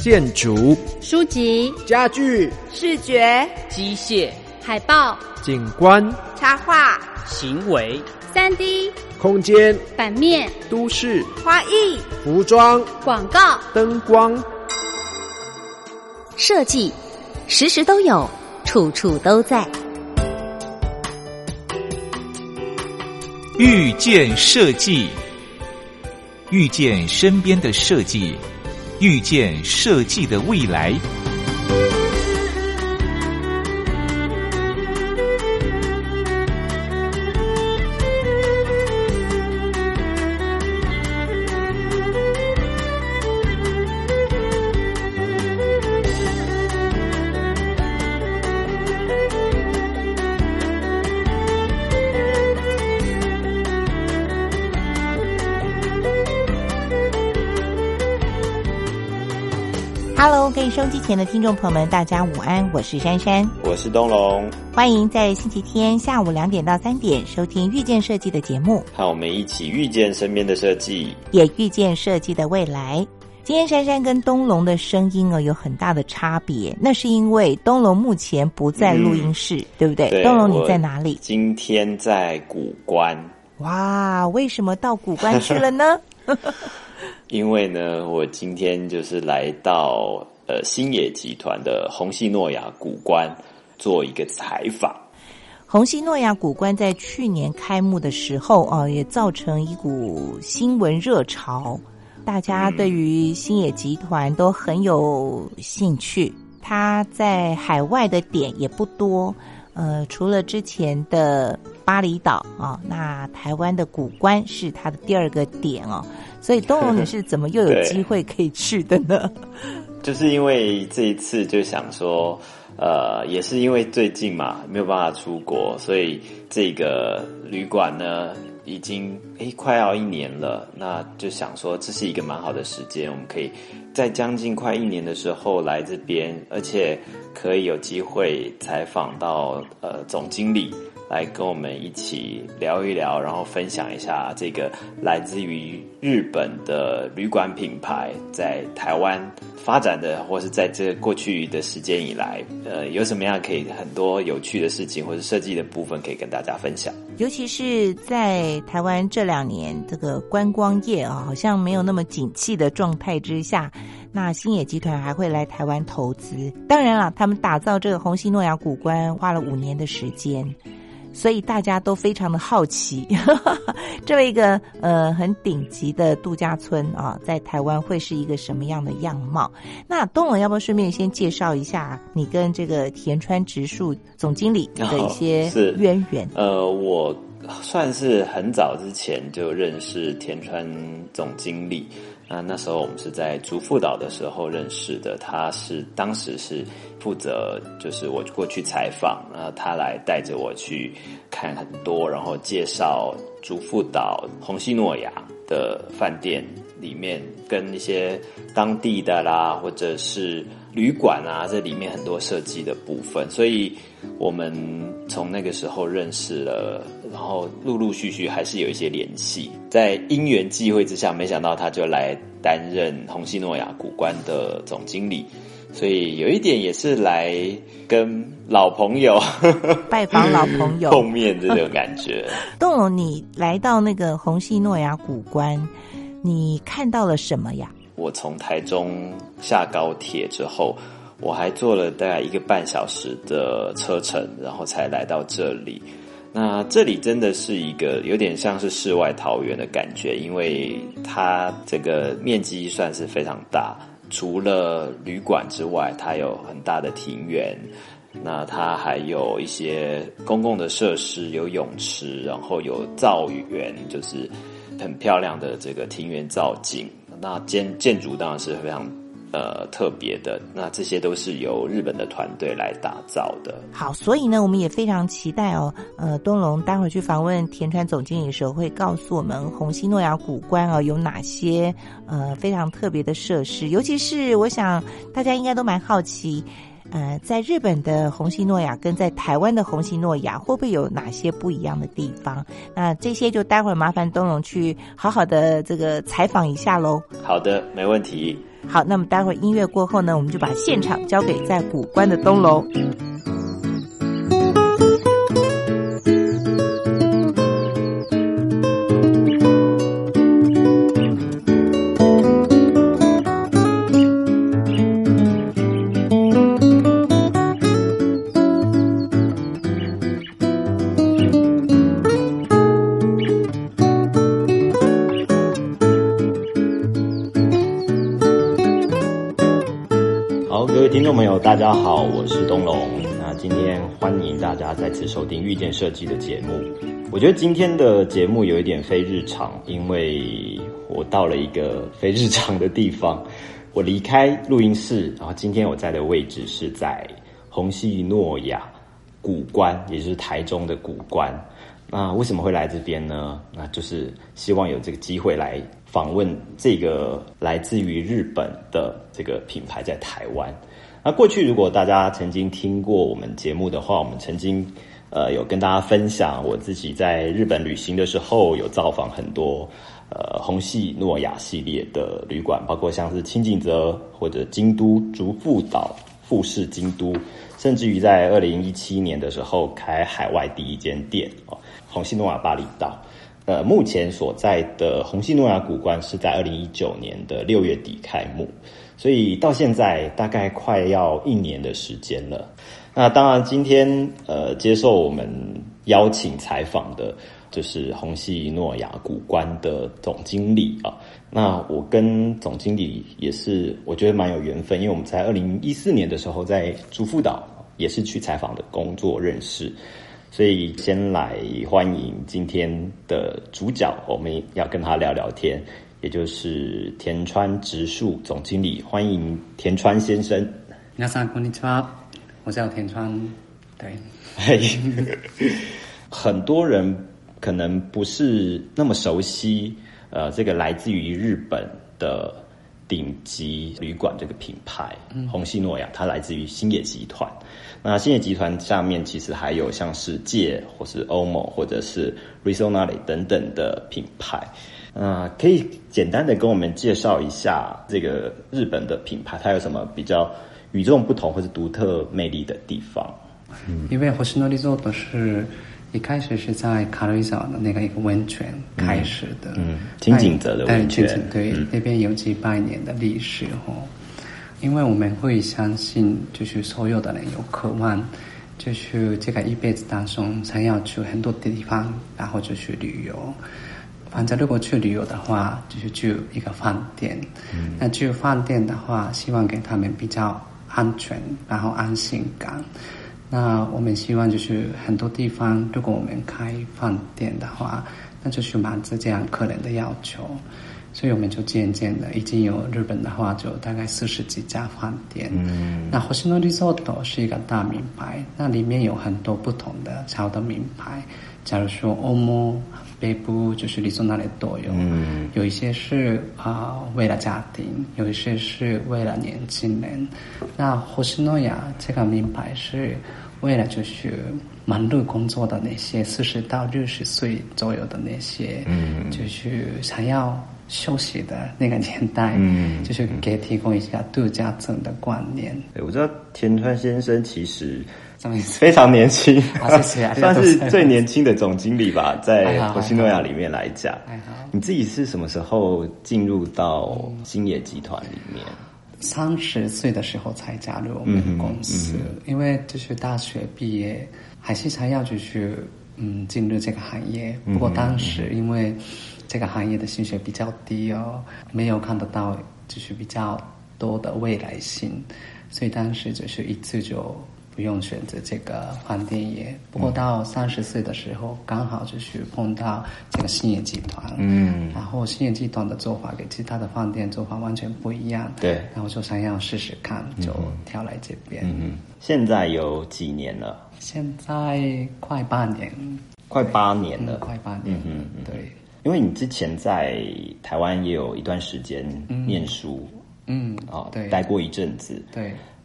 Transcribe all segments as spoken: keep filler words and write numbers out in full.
建筑、 书籍、 家具、 视觉、 机械、 海报、 景观、 插画、 行为、 三 D、 空间、 版面、 都市、 花艺、 服装、 广告、 灯光。 设计时时都有，处处都在。 遇见设计，遇见身边的设计，遇见设计的未来。 Hello， 各位收机前的听众朋友们，大家午安，我是珊珊， 我是东龙， 欢迎在星期天下午两点到三点收听遇见设计的节目， 和我们一起遇见身边的设计， 也遇见设计的未来。今天珊珊跟东龙的声音哦有很大的差别，那是因为东龙目前不在录音室，嗯、对不对？ 对， 东龙你在哪里？ 今天在古关。 哇，为什么到古关去了呢？ 因为呢，我今天就是来到呃星野集团的虹夕诺亚古关做一个采访。 虹夕诺亚古关在去年开幕的时候哦，也造成一股新闻热潮，大家对于星野集团都很有兴趣。它在海外的点也不多，呃，除了之前的巴厘岛啊、哦，那台湾的古关是它的第二个点哦。所以东龙你是怎么又有机会可以去的呢？ 就是因为这一次就想说，呃，也是因为最近嘛没有办法出国，所以这个旅馆呢已经诶快要一年了，那就想说这是一个蛮好的时间，我们可以在将近快一年的时候来这边，而且可以有机会采访到呃总经理。来跟我们一起聊一聊，然后分享一下这个来自于日本的旅馆品牌在台湾发展的，或是在这过去的时间以来，呃，有什么样可以很多有趣的事情，或是设计的部分可以跟大家分享。 尤其是在台湾这两年这个观光业啊，好像没有那么景气的状态之下，那星野集团还会来台湾投资。当然了，他们打造这个虹夕诺亚古关花了五年的时间。所以大家都非常的好奇，这么一个呃很顶级的度假村啊，在台湾会是一个什么样的样貌？那东龙要不要顺便先介绍一下你跟这个田川直树总经理的一些渊源？ 哦、呃，我算是很早之前就认识田川总经理。那那时候我们是在竹富岛的时候认识的，他是当时是负责就是我过去采访，然后他来带着我去看很多，然后介绍竹富岛虹夕诺亚的饭店里面跟一些当地的啦，或者是旅馆啊，这里面很多设计的部分，所以我们从那个时候认识了，然后陆陆续续还是有一些联系。在因缘际会之下，没想到他就来担任虹夕诺亚古关的总经理，所以有一点也是来跟老朋友拜访老朋友碰面这种感觉。 东龙，你来到那个虹夕诺亚古关，你看到了什么呀？ 我从台中下高铁之后，我还坐了大概一个半小时的车程，然后才来到这里。那这里真的是一个有点像是世外桃源的感觉，因为它这个面积算是非常大，除了旅馆之外，它有很大的庭园，那它还有一些公共的设施，有泳池，然后有造园，就是很漂亮的这个庭园造景。那建建筑当然是非常呃特别的，那这些都是由日本的团队来打造的。 好，所以呢我们也非常期待哦，呃东龙待会儿去访问田川总经理的时候会告诉我们虹夕诺亚古关哦有哪些呃非常特别的设施，尤其是我想大家应该都蛮好奇呃，在日本的虹夕诺雅跟在台湾的虹夕诺雅会不会有哪些不一样的地方？那这些就待会儿麻烦东龙去好好的这个采访一下咯。 好的，没问题。 好，那么待会儿音乐过后呢，我们就把现场交给在古关的东龙。 听众朋友大家好，我是东龙。那今天欢迎大家再次收听遇见设计的节目。我觉得今天的节目有一点非日常，因为我到了一个非日常的地方。我离开录音室，然后今天我在的位置是在虹夕诺雅古关，也就是台中的古关。那为什么会来这边呢？那就是希望有这个机会来访问这个来自于日本的这个品牌在台湾。那过去如果大家曾经听过我们节目的话，我们曾经呃有跟大家分享我自己在日本旅行的时候有造访很多呃虹夕诺雅系列的旅馆，包括像是清景泽或者京都竹富岛、富士京都，甚至于在二零一七年的时候开海外第一间店哦，虹夕诺雅巴厘岛。呃，目前所在的虹夕诺雅古关是在二零一九年的六月底开幕，所以到现在大概快要一年的时间了。那当然，今天呃接受我们邀请采访的，就是虹夕诺雅古关的总经理啊。那我跟总经理也是我觉得蛮有缘分，因为我们在二零一四年的时候在竹富岛也是去采访的工作认识。所以先来欢迎今天的主角，我们要跟他聊聊天，也就是田川直树总经理，欢迎田川先生。 皆さんこんにちは，我叫田川。对， 很多人可能不是那么熟悉，呃，这个来自于日本的顶级旅馆这个品牌，虹夕诺雅，它来自于星野集团。那星野集团下面其实还有像是界或是 O M O 或者是 Risonare 等等的品牌。呃，可以简单的跟我们介绍一下这个日本的品牌，它有什么比较与众不同或是独特魅力的地方？ 嗯、因为星野 Resort 是一开始是在軽井沢的那个一个温泉开始的， 嗯，清景泽的温泉， 对，嗯、那边有几百年的历史哦。因为我们会相信，就是所有的人有渴望，就是这个一辈子当中想要去很多地方，然后就去旅游。反正如果去旅游的话，就是住一个饭店。嗯、那住饭店的话，希望给他们比较安全，然后安心感。那我们希望就是很多地方，如果我们开饭店的话，那就是满足这样客人的要求。所以我们就渐渐的已经有日本的话就大概四十几家饭店。嗯，那星野 Resort 是一个大名牌，那里面有很多不同的小的名牌。假如说 O M O、北部就是 Risonare 都有，嗯，有一些是啊、呃、为了家庭，有一些是为了年轻人。那虹夕诺雅这个名牌是为了就是忙碌工作的那些四十到六十岁左右的那些，嗯，就是想要休息的那个年代，嗯，就是给提供一下度假村的观念。 对，我知道田川先生其实非常年轻， 啊、谢谢， 算是最年轻的总经理吧，在虹夕诺雅里面来讲。你自己是什么时候进入到星野集团里面？ 三十岁的时候才加入我们的公司，嗯嗯、因为就是大学毕业，还是想要就是嗯进入这个行业。不过当时因为这个行业的薪水比较低哦，没有看得到就是比较多的未来性，所以当时就是一次就不用选择这个饭店业。不过到三十岁的时候，刚好就是碰到这个星野集团，嗯，然后星野集团的做法跟其他的饭店做法完全不一样， 对， 然后就想要试试看，就跳来这边。 嗯嗯，现在有几年了？ 现在快八年， 快八年了， 嗯、快八年，嗯嗯，对。 因为你之前在台湾也有一段时间念书， 嗯， 啊、哦， 对， 待过一阵子， 对。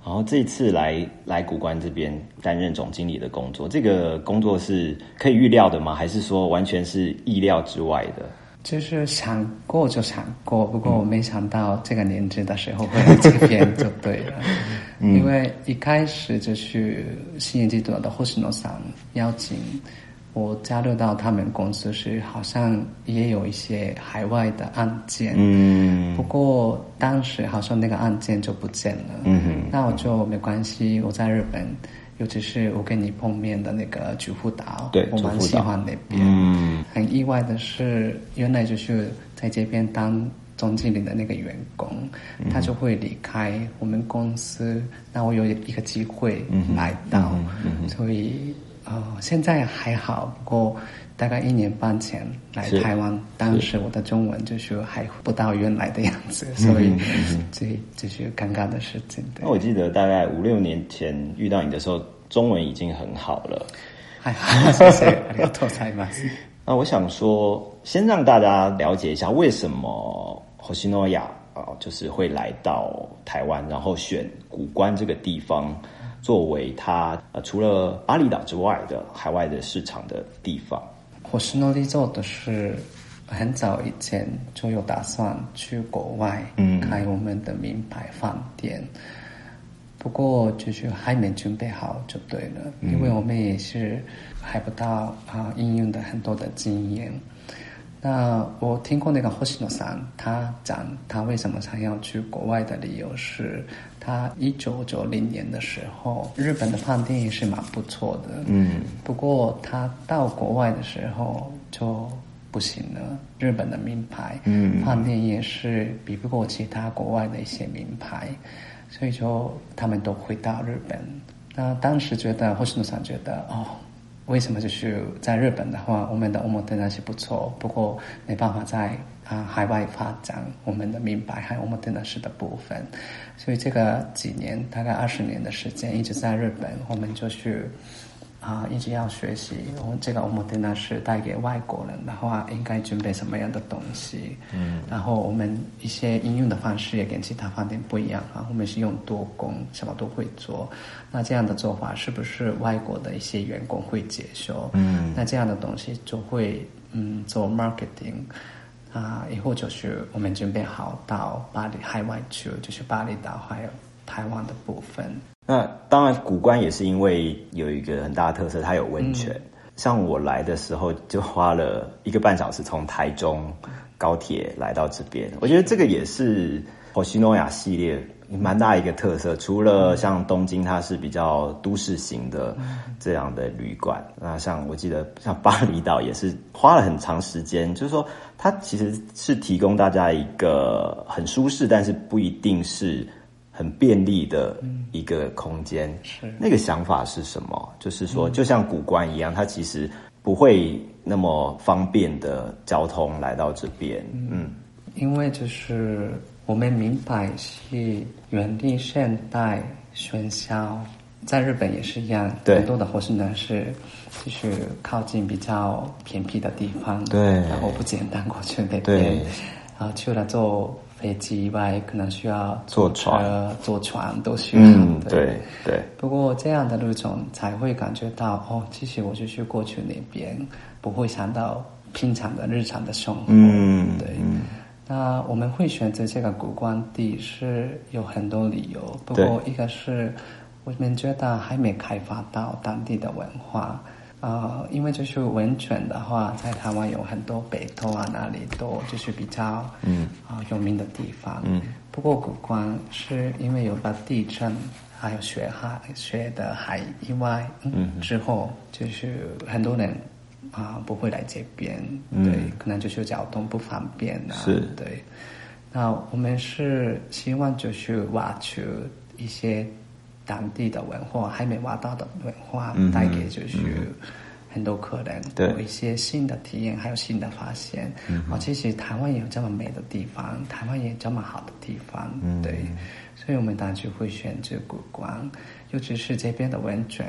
然后这次来来谷关这边担任总经理的工作，这个工作是可以预料的吗？还是说完全是意料之外的？ 就是想过就想过，不过我没想到这个年纪的时候会来这边就对了。嗯、因为一开始就是新业集团的星野さん邀请我加入到他们公司时，好像也有一些海外的案件，嗯，不过当时好像那个案件就不见了，嗯哼，那我就没关系，我在日本，尤其是我跟你碰面的那个主妇岛， 对， 我蛮喜欢那边，嗯，很意外的是，原来就是在这边当总经理的那个员工，他就会离开我们公司，那我有一个机会来到，嗯嗯嗯、所以。哦，现在还好，不过大概一年半前来台湾，当时我的中文就是还不到原来的样子，所以这这是尴尬的事情。 那我记得大概五六年前遇到你的时候，中文已经很好了。 还好，谢谢，ありがとうございます。 那我想说，先让大家了解一下为什么星野啊、呃，就是会来到台湾，然后选谷关这个地方。作为它呃除了巴厘岛之外的海外的市场的地方， 星野リゾート是很早以前就有打算去国外开我们的名牌饭店，嗯、不过就是还没准备好就对了，嗯、因为我们也是还不到啊应用的很多的经验。那我听过那个星野さん，他讲他为什么想要去国外的理由是，他一九九零年的时候，日本的饭店也是蛮不错的，嗯，不过他到国外的时候就不行了，日本的名牌，嗯，饭店也是比不过其他国外的一些名牌，所以就他们都回到日本。那当时觉得星野さん觉得哦。为什么就是在日本的话，我们的おもてなし不错，不过没办法在啊海外发展我们的名牌还有おもてなし的部分，所以这个几年大概二十年的时间一直在日本，我们就是啊一直要学习我们这个おもてなし带给外国人的话应该准备什么样的东西，嗯，然后我们一些应用的方式也跟其他饭店不一样啊，我们是用多工，什么都会做。那这样的做法是不是外国的一些员工会接受？嗯，那这样的东西就会嗯做 marketing 啊，以后就是我们准备好到巴黎海外去，就是巴厘岛还有台湾的部分。 那当然，谷关也是因为有一个很大的特色，它有温泉。嗯、像我来的时候，就花了一个半小时从台中高铁来到这边。我觉得这个也是星野系列蛮大一个特色，除了像东京它是比较都市型的这样的旅馆，那像我记得像巴厘岛也是花了很长时间，就是说它其实是提供大家一个很舒适，但是不一定是很便利的一个空间。是那个想法是什么？就是说就像谷关一样，它其实不会那么方便的交通来到这边。嗯， 因为就是我们名牌是原力现代喧嚣，在日本也是一样，很多的星野是就是靠近比较偏僻的地方，对，然后不简单过去那边，然后除了坐飞机以外，可能需要坐船、坐船都需要。嗯，对对。不过这样的路程才会感觉到哦，其实我就是过去那边，不会想到平常的日常的生活。嗯，对。嗯，那我们会选择这个谷关地是有很多理由，不过一个是我们觉得还没开发到当地的文化。呃，因为就是温泉的话，在台湾有很多北投啊，哪里都就是比较嗯啊、呃、有名的地方。嗯，不过谷关是因为有个地震，还有雪海雪的海意外，嗯，之后就是很多人啊、呃、不会来这边，嗯、对，可能就是交通不方便啊，是，对。那我们是希望就是挖出一些当地的文化还没挖到的文化，嗯、带给就是很多客人有一些新的体验，还有新的发现。嗯、哦，其实台湾也有这么美的地方，台湾也有这么好的地方，嗯、对，所以我们当时会选择谷关，尤其是这边的温泉，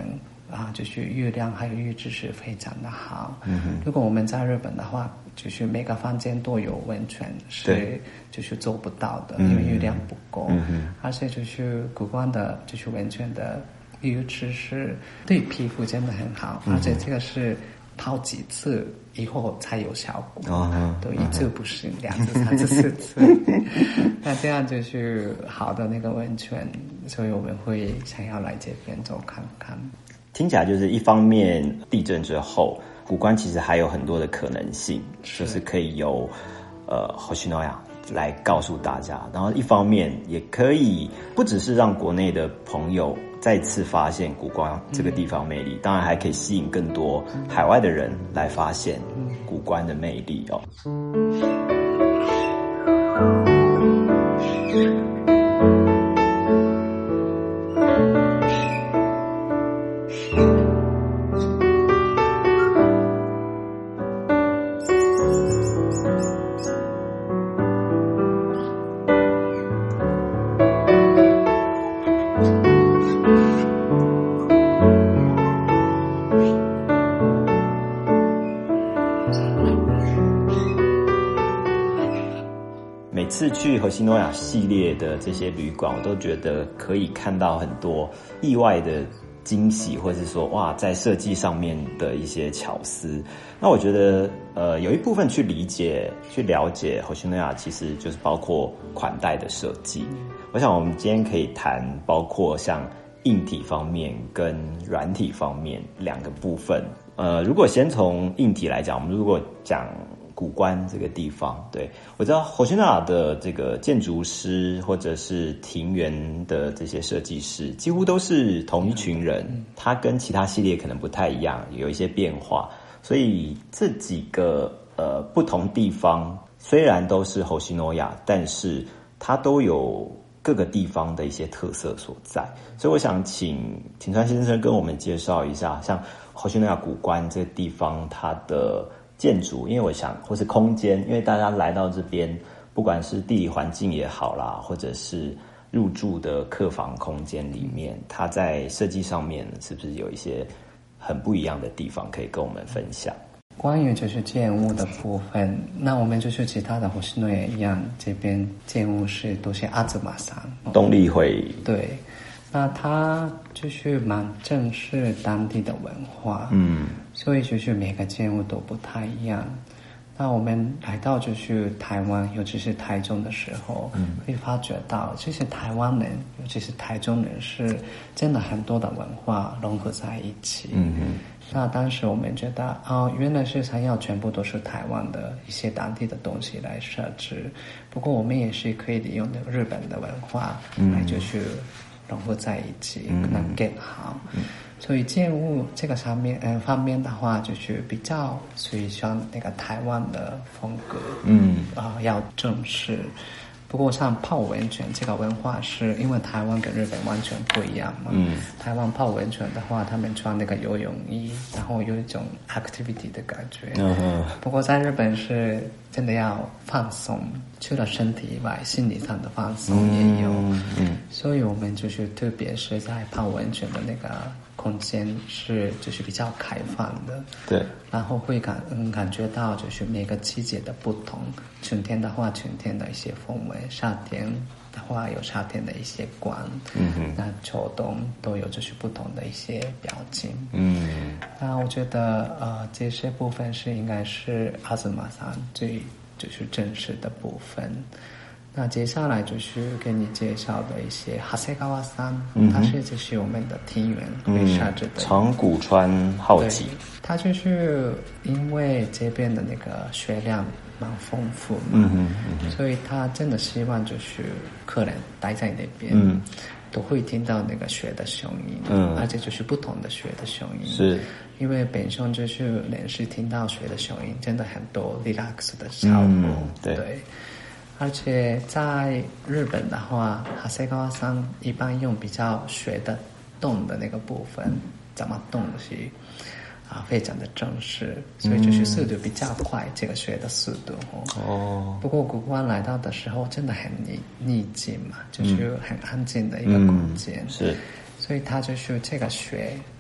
啊，就是月亮还有浴池是非常的好。 嗯哼， 如果我们在日本的话，就是每个房间都有温泉，是就是做不到的，因为月亮不够。嗯哼，而且就是古关的，就是温泉的浴池是对皮肤真的很好，嗯、而且这个是泡几次以后才有效果。哦，对，一次不行，两次、三次、四次。那这样就是好的那个温泉，所以我们会想要来这边走看看。 听起来就是一方面地震之后，古关其实还有很多的可能性，是就是可以由呃 Hoshinoya 来告诉大家，然后一方面也可以不只是让国内的朋友再次发现古关这个地方魅力，嗯、当然还可以吸引更多海外的人来发现古关的魅力哦。每次去河西诺亚系列的这些旅馆，我都觉得可以看到很多意外的惊喜，或是说哇，在设计上面的一些巧思。那我觉得呃，有一部分去理解、去了解河西诺亚，其实就是包括款待的设计。我想我们今天可以谈包括像硬体方面跟软体方面两个部分。呃，如果先从硬体来讲，我们如果讲古关这个地方，对，我知道Hoshinoya的这个建筑师或者是庭园的这些设计师几乎都是同一群人，他跟其他系列可能不太一样，有一些变化，所以这几个呃不同地方虽然都是Hoshinoya，但是它都有各个地方的一些特色所在，所以我想请田川先生跟我们介绍一下，像Hoshinoya古关这个地方它的建筑，因为我想或是空间，因为大家来到这边，不管是地理环境也好啦，或者是入住的客房空间里面，它在设计上面是不是有一些很不一样的地方可以跟我们分享？ 关于就是建物的部分，那我们就是其他的Hoshinoya也一样，这边建物是都是阿兹玛桑动力会， 对，那它就是蛮正视当地的文化，嗯，所以就是每个建物都不太一样。那我们来到就是台湾，尤其是台中的时候，嗯，会发觉到其实台湾人，尤其是台中人，是真的很多的文化融合在一起。嗯嗯。那当时我们觉得，哦，原来是想要全部都是台湾的一些当地的东西来设置，不过我们也是可以利用的日本的文化来就是融合在一起，嗯、可能更好。嗯，所以建物这个上面，嗯、呃，方面的话，就是比较属于像那个台湾的风格，嗯，啊、呃，要正式。不过像泡温泉这个文化是因为台湾跟日本完全不一样嘛，嗯，台湾泡温泉的话，他们穿那个游泳衣，然后有一种 activity 的感觉，嗯，不过在日本是真的要放松，除了身体以外，心理上的放松也有，嗯，嗯，所以我们就是特别是在泡温泉的那个空间是就是比较开放的，对，然后会感嗯感觉到就是每个季节的不同，春天的话春天的一些氛围，夏天的话有夏天的一些光，嗯哼，那秋冬都有就是不同的一些表情，嗯，那我觉得呃这些部分是应该是阿兹玛桑最就是正式的部分。那接下来就是给你介绍的一些長谷川山，嗯，它是就是我们的庭园会设置的， 嗯，长谷川浩吉， 它就是因为这边的那个雪量蛮丰富嘛，嗯哼嗯哼，所以他真的希望就是客人待在那边，嗯，都会听到那个雪的声音，嗯，而且就是不同的雪的声音，是因为本身就是人是听到雪的声音，真的很多 relax 的效果，嗯，对。对，而且在日本的话，長谷川山一般用比较雪的动的那个部分，怎么动是啊，非常的正式，所以就是速度比较快，嗯，这个雪的速度哦。不过古关来到的时候真的很宁宁静嘛，就是很安静的一个空间，嗯，是，所以它就是这个雪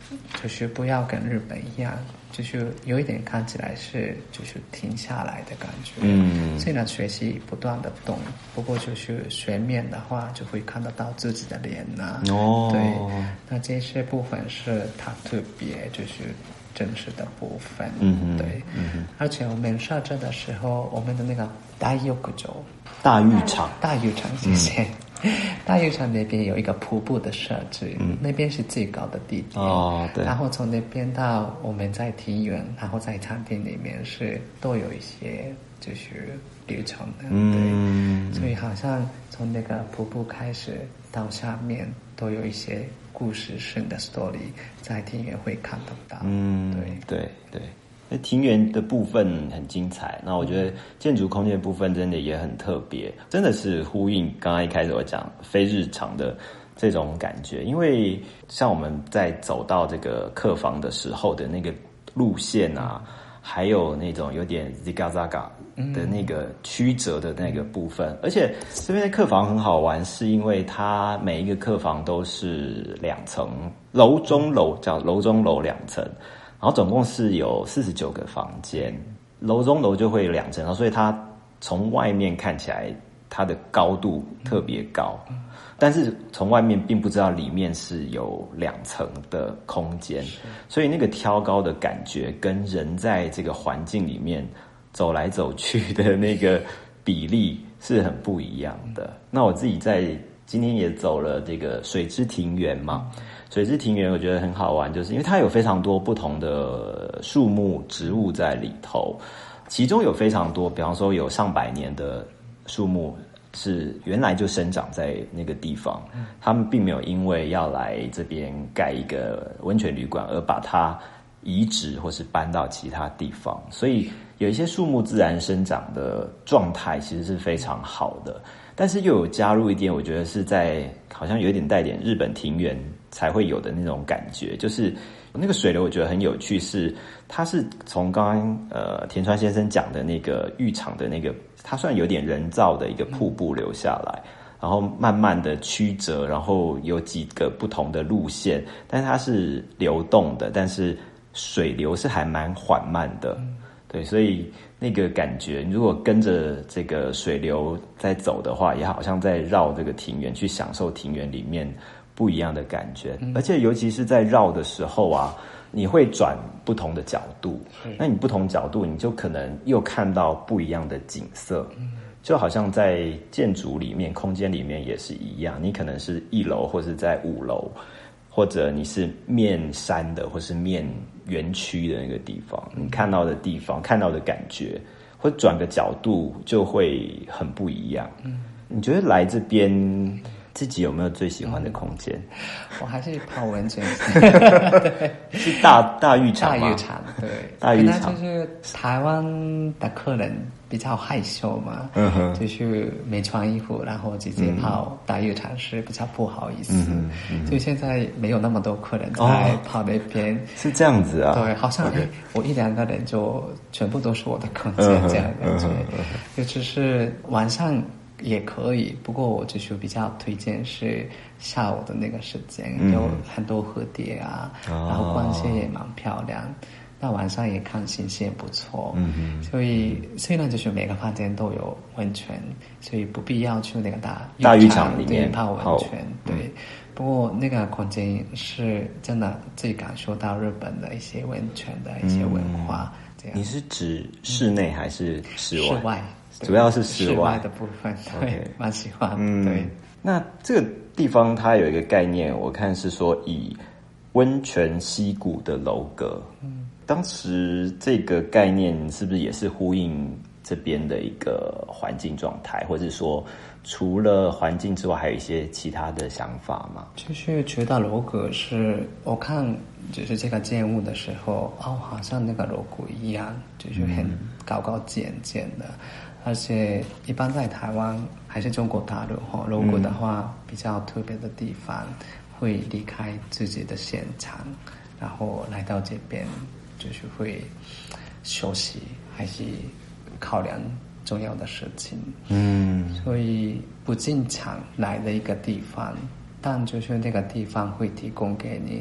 就是不要跟日本一样，就是有一点看起来是就是停下来的感觉。嗯，虽然学习不断的动，不过就是水面的话就会看得到自己的脸呐、啊。哦，对，那这些部分是它特别就是真实的部分。嗯对，嗯而且我们设置的时候，我们的那个大浴场， 大浴场， 大浴场，谢谢。嗯大浴场那边有一个瀑布的设置，嗯、那边是最高的地点。哦，对。然后从那边到我们在庭园，然后在餐厅里面是都有一些就是流程的，嗯，对。所以好像从那个瀑布开始到下面都有一些故事性的 story， 在庭园会看得到。嗯，对对对。那庭园的部分很精彩，那我觉得建筑空间的部分真的也很特别，真的是呼应刚刚一开始我讲非日常的这种感觉。因为像我们在走到这个客房的时候的那个路线啊，还有那种有点 zigzag 的那个曲折的那个部分，而且这边的客房很好玩，是因为它每一个客房都是两层，楼中楼叫楼中楼两层。然后总共是有四十九个房间，楼中楼就会有两层，所以它从外面看起来它的高度特别高，但是从外面并不知道里面是有两层的空间，所以那个挑高的感觉跟人在这个环境里面走来走去的那个比例是很不一样的。那我自己在今天也走了这个水之庭园嘛，水之庭园我觉得很好玩，就是因为它有非常多不同的树木植物在里头，其中有非常多，比方说有上百年的树木是原来就生长在那个地方，他们并没有因为要来这边盖一个温泉旅馆而把它移植或是搬到其他地方，所以有一些树木自然生长的状态其实是非常好的，但是又有加入一点我觉得是在好像有一点带点日本庭园才会有的那种感觉，就是那个水流我觉得很有趣，是它是从刚刚呃田川先生讲的那个浴场的那个，它算有点人造的一个瀑布流下来，然后慢慢的曲折，然后有几个不同的路线，但是它是流动的，但是水流是还蛮缓慢的，对，所以那个感觉如果跟着这个水流在走的话，也好像在绕这个庭园，去享受庭园里面不一样的感觉，嗯、而且尤其是在绕的时候啊，你会转不同的角度，那你不同角度你就可能又看到不一样的景色，嗯、就好像在建筑里面空间里面也是一样，你可能是一楼或是在五楼，或者你是面山的或是面园区的那个地方，你看到的地方看到的感觉或转个角度就会很不一样。嗯，你觉得来这边自己有没有最喜欢的空间？嗯、 我还是泡温泉。 是大大浴场吗？ 大浴场，对， 大浴场就是台湾的客人比较害羞嘛，嗯哼，就是没穿衣服，然后直接泡大浴场是比较不好意思。嗯嗯，就现在没有那么多客人在泡那边，哦、 是这样子啊？ 对，好像、okay. 我一两个人就全部都是我的空间这样的感觉，尤其是晚上。也可以，不过我就是比较推荐是下午的那个时间，嗯、有很多蝴蝶啊，哦、然后光线也蛮漂亮。那晚上也看星星也不错，嗯所以虽然就是每个房间都有温泉，所以不必要去那个大大浴场里面泡温泉，对。嗯、不过那个空间是真的最感受到日本的一些温泉的一些文化。嗯、这样， 你是指室内还是室外？ 室外。 主要是室外, 室外的部分，对， okay. 蛮喜欢。嗯，对。 那这个地方它有一个概念，我看是说以温泉溪谷的楼阁。嗯，当时这个概念是不是也是呼应这边的一个环境状态，或者说除了环境之外，还有一些其他的想法吗？ 就是觉得楼阁是我看就是这个建物的时候，哦，好像那个楼阁一样，就是很高高尖尖的。嗯，而且一般在台湾还是中国大陆哈，楼阁的话比较特别的地方，会离开自己的现场，然后来到这边，就是会休息，还是考量重要的事情。嗯，所以不经常来的一个地方，但就是那个地方会提供给你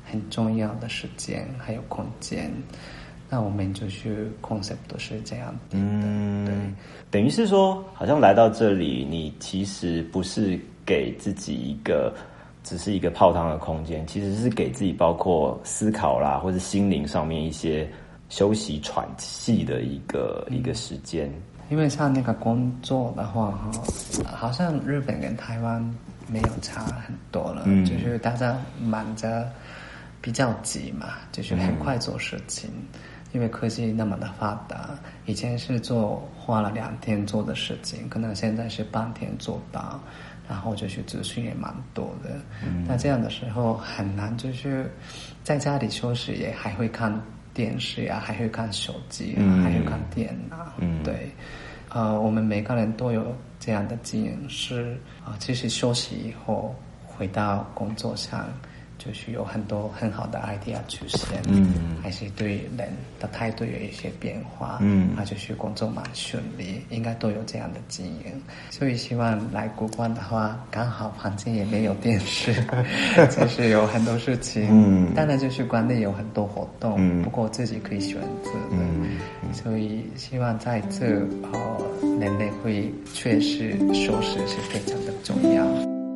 很重要的时间还有空间。那我们就是 concept 都是这样定的，嗯，对， 等于是说，好像来到这里，你其实不是给自己一个只是一个泡汤的空间，其实是给自己包括思考啦，或者心灵上面一些休息喘气的一个、嗯、一个时间。 因为像那个工作的话，好像日本跟台湾没有差很多了，嗯、就是大家忙着比较急嘛，就是很快做事情。嗯，因为科技那么的发达，以前是做花了两天做的事情，可能现在是半天做到，然后就是资讯也蛮多的。嗯，那这样的时候很难，就是在家里休息也还会看电视啊，还会看手机啊，嗯、还会看电脑。嗯，对，呃，我们每个人都有这样的经验，是啊、呃，其实休息以后回到工作上，就是有很多很好的 idea 出现，嗯，还是对人的态度有一些变化，嗯，那就是工作蛮顺利，应该都有这样的经验。所以希望来古关的话，刚好房间也没有电视，就是有很多事情，嗯，当然就是国内有很多活动，嗯，不过自己可以选择的，嗯，所以希望在这呃人类会确实收拾是非常的重要。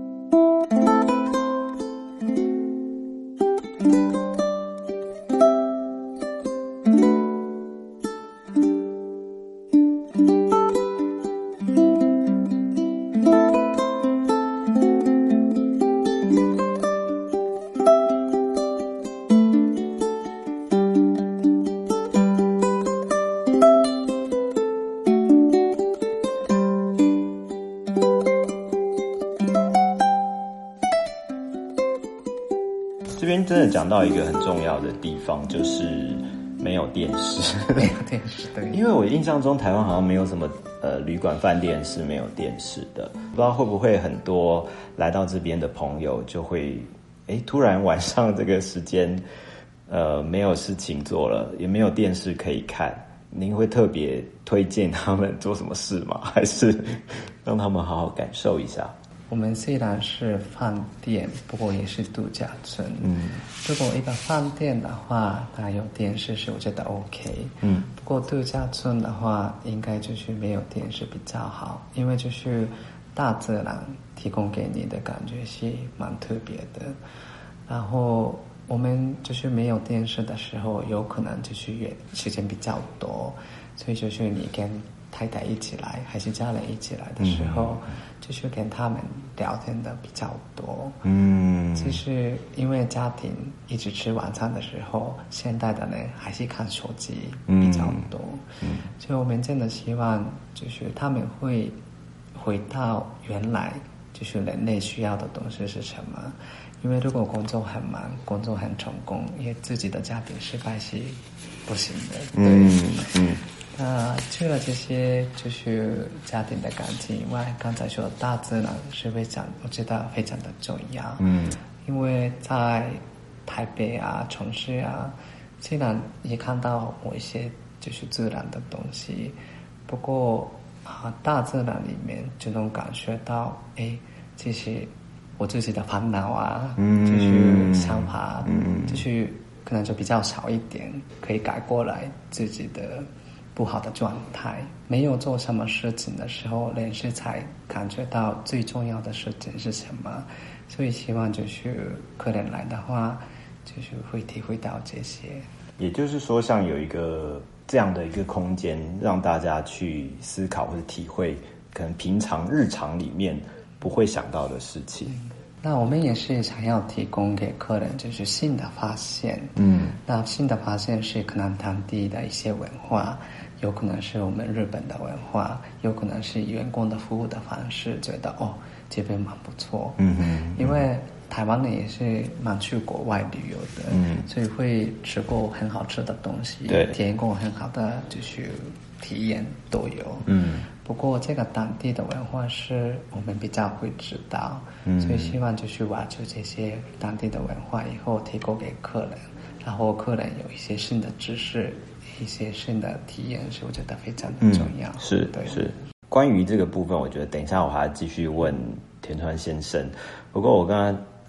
这边真的讲到一个很重要的地方，就是没有电视， 没有电视，对。 因为我印象中台湾好像没有什么呃旅馆饭店是没有电视的，不知道会不会很多来到这边的朋友就会，哎，突然晚上这个时间，呃，没有事情做了，也没有电视可以看，您会特别推荐他们做什么事吗？还是让他们好好感受一下？ 我们虽然是饭店，不过也是度假村。嗯，如果一个饭店的话，它有电视是我觉得 OK。嗯，不过度假村的话，应该就是没有电视比较好，因为就是大自然提供给你的感觉是蛮特别的。然后我们就是没有电视的时候，有可能就是也时间比较多，所以就是你跟太太一起来，还是家人一起来的时候，嗯、就是跟他们聊天的比较多。嗯，其实因为家庭一直吃晚餐的时候，现代的人还是看手机比较多。嗯，嗯所以我们真的希望，就是他们会回到原来，就是人类需要的东西是什么。因为如果工作很忙，工作很成功，因为自己的家庭失败是不行的。对，嗯嗯。那除了这些就是家庭的感情以外，刚才说的大自然是非常，我觉得非常的重要。嗯，因为在台北啊、城市啊，虽然也看到某一些就是自然的东西，不过啊，大自然里面就能感觉到，哎，其实我自己的烦恼啊，嗯，就是想法，嗯，就是可能就比较少一点，可以改过来自己的不好的状态。没有做什么事情的时候，人是才感觉到最重要的事情是什么。所以希望就是客人来的话，就是会体会到这些。 也就是说，像有一个这样的一个空间，让大家去思考或者体会，可能平常日常里面不会想到的事情。嗯， 那我们也是想要提供给客人就是新的发现。嗯，那新的发现是可能当地的一些文化，有可能是我们日本的文化，有可能是员工的服务的方式，觉得哦这边蛮不错。嗯嗯，因为台湾人也是蛮去国外旅游的，嗯，所以会吃过很好吃的东西，对，体验过很好的就是体验都有。嗯，不过这个当地的文化是我们比较会知道，嗯，所以希望就是挖掘这些当地的文化以后提供给客人，然后客人有一些新的知识，一些新的体验，是我觉得非常的重要。嗯， 是对是。关于这个部分，我觉得等一下我还要继续问田川先生。不过我刚刚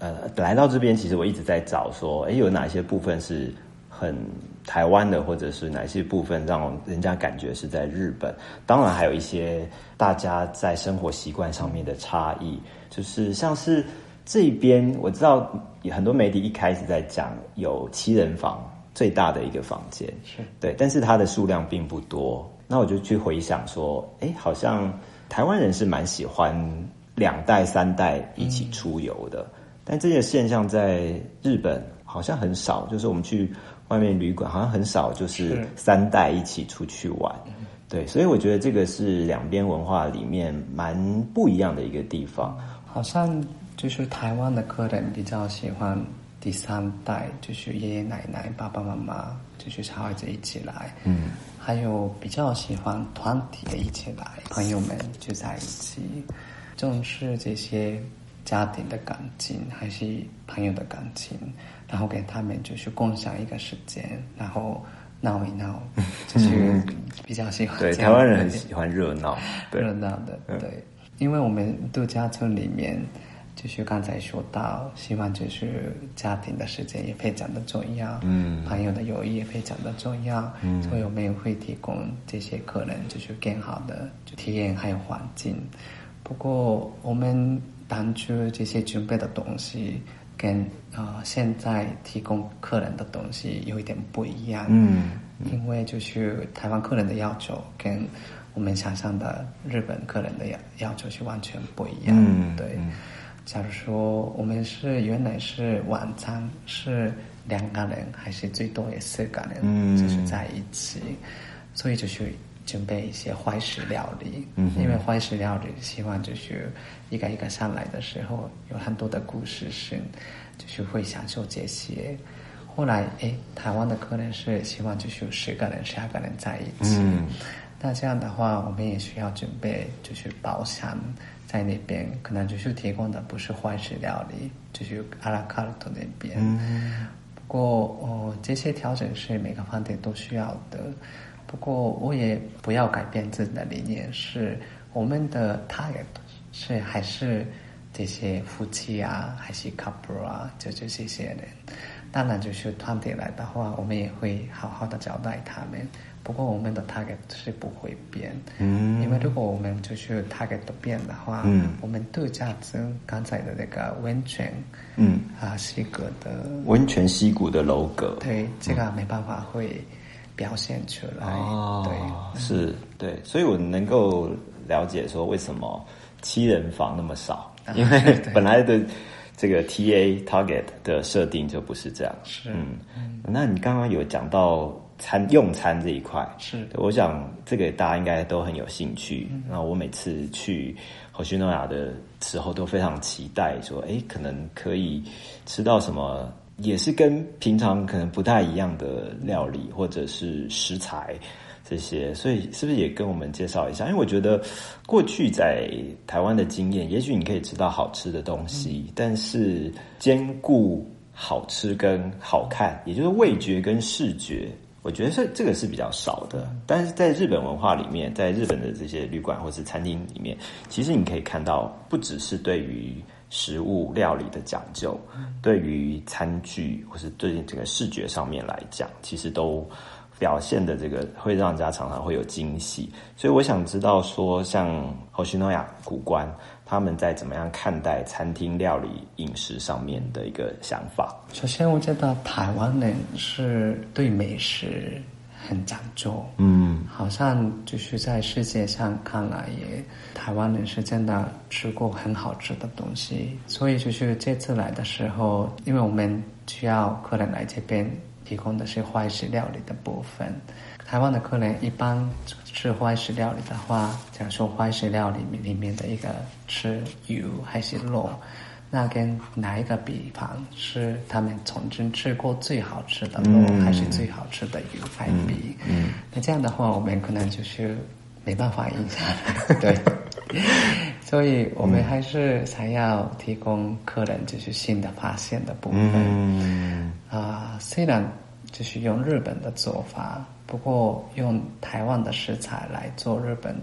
呃来到这边，其实我一直在找说，哎，有哪些部分是很台湾的，或者是哪些部分让人家感觉是在日本。当然还有一些大家在生活习惯上面的差异，就是像是这边我知道很多媒体一开始在讲有七人房，最大的一个房间， 是对，但是它的数量并不多。那我就去回想说，哎，好像台湾人是蛮喜欢两代三代一起出游的，嗯、但这些现象在日本好像很少，就是我们去外面旅馆好像很少，就是三代一起出去玩。对，所以我觉得这个是两边文化里面蛮不一样的一个地方。 好像就是台湾的客人比较喜欢第三代，就是爷爷奶奶、爸爸妈妈，就是小孩子一起来。嗯，还有比较喜欢团体的一起来，朋友们就在一起，重视这些家庭的感情还是朋友的感情，然后给他们就是共享一个时间，然后闹一闹，就是比较喜欢这样。 对，台湾人很喜欢热闹， 热闹的，对，因为我们度假村里面。就是刚才说到，希望就是家庭的时间也非常的重要，嗯，朋友的友谊也非常的重要，嗯，所以我们也会提供这些客人就是更好的就体验还有环境。不过我们当初这些准备的东西跟呃现在提供客人的东西有一点不一样，嗯，因为就是台湾客人的要求跟我们想象的日本客人的要要求是完全不一样，嗯，对。嗯，假如说我们是原来是晚餐是两个人，还是最多也四个人，嗯，就是在一起，所以就是准备一些怀石料理，嗯，因为怀石料理希望就是一个一个上来的时候有很多的故事性，就是会享受这些。后来诶，台湾的客人是希望就是十个人、十二个人在一起，嗯，那这样的话我们也需要准备就是包厢。在那边可能就是提供的不是怀石料理，就是阿拉卡特那边。嗯，不过哦，这些调整是每个饭店都需要的。不过我也不要改变自己的理念，是我们的 target 是还是这些夫妻啊，还是 couple 啊，就是这些人。当然，就是团体来的话，我们也会好好的交代他们。不过我们的 target 是不会变，嗯，因为如果我们就是 target 变的话，嗯，我们度假村刚才的那个温泉，嗯啊溪谷的温泉溪谷的楼阁， 对，这个没办法会表现出来，哦，对， 是，对，所以我能够了解说为什么七人房那么少，因为本来的这个 T A target 的设定就不是这样， 是， 嗯，嗯，那你刚刚有讲到。餐用餐这一块是， 我想这个大家应该都很有兴趣。那、嗯、我每次去Hoshinoya的时候都非常期待，说，哎，可能可以吃到什么，也是跟平常可能不太一样的料理或者是食材这些。所以是不是也跟我们介绍一下？因为我觉得过去在台湾的经验，也许你可以吃到好吃的东西，嗯、但是兼顾好吃跟好看，也就是味觉跟视觉。我觉得这这个是比较少的，但是在日本文化里面，在日本的这些旅馆或是餐厅里面，其实你可以看到，不只是对于食物料理的讲究，对于餐具或是对于整个视觉上面来讲，其实都表现的这个会让人家常常会有惊喜。所以我想知道说，像Hoshinoya古关他们在怎么样看待餐厅料理饮食上面的一个想法。 首先我觉得台湾人是对美食很讲究，嗯，好像就是在世界上看来也台湾人是真的吃过很好吃的东西，所以就是这次来的时候，因为我们需要客人来这边提供的是怀石料理的部分。台湾的客人一般吃怀石料理的话，假如说怀石料理里面的一个吃油还是肉，那跟哪一个比方是他们曾经吃过最好吃的肉，嗯、还是最好吃的油来比？嗯，嗯那这样的话，我们可能就是没办法赢下来，对。所以我们还是想要提供客人就是新的发现的部分。嗯啊、呃，虽然就是用日本的做法，不过用台湾的食材来做日本的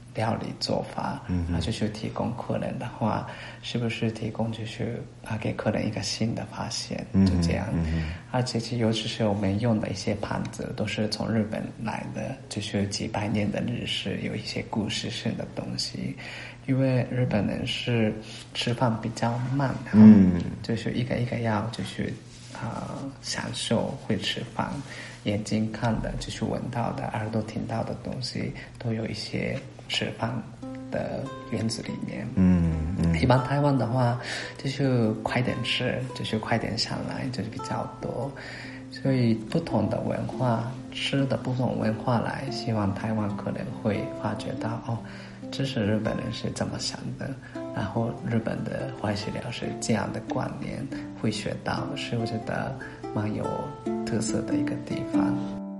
料理做法，嗯，啊，就是提供客人的话，是不是提供就是啊给客人一个新的发现，嗯、就这样。嗯、而且其实尤其是我们用的一些盘子都是从日本来的，就是几百年的历史，有一些故事性的东西。因为日本人是吃饭比较慢，嗯，就是一个一个要就是啊、呃、享受会吃饭。眼睛看的，就是闻到的，耳朵听到的东西，都有一些吃饭的原子里面。嗯嗯。一般台湾的话，就是快点吃，就是快点上来，就是比较多。所以不同的文化，吃的不同文化来，希望台湾可能会发觉到哦，这是日本人是这么想的，然后日本的怀石料是这样的观念，会学到，是我觉得蛮有特色的一个地方。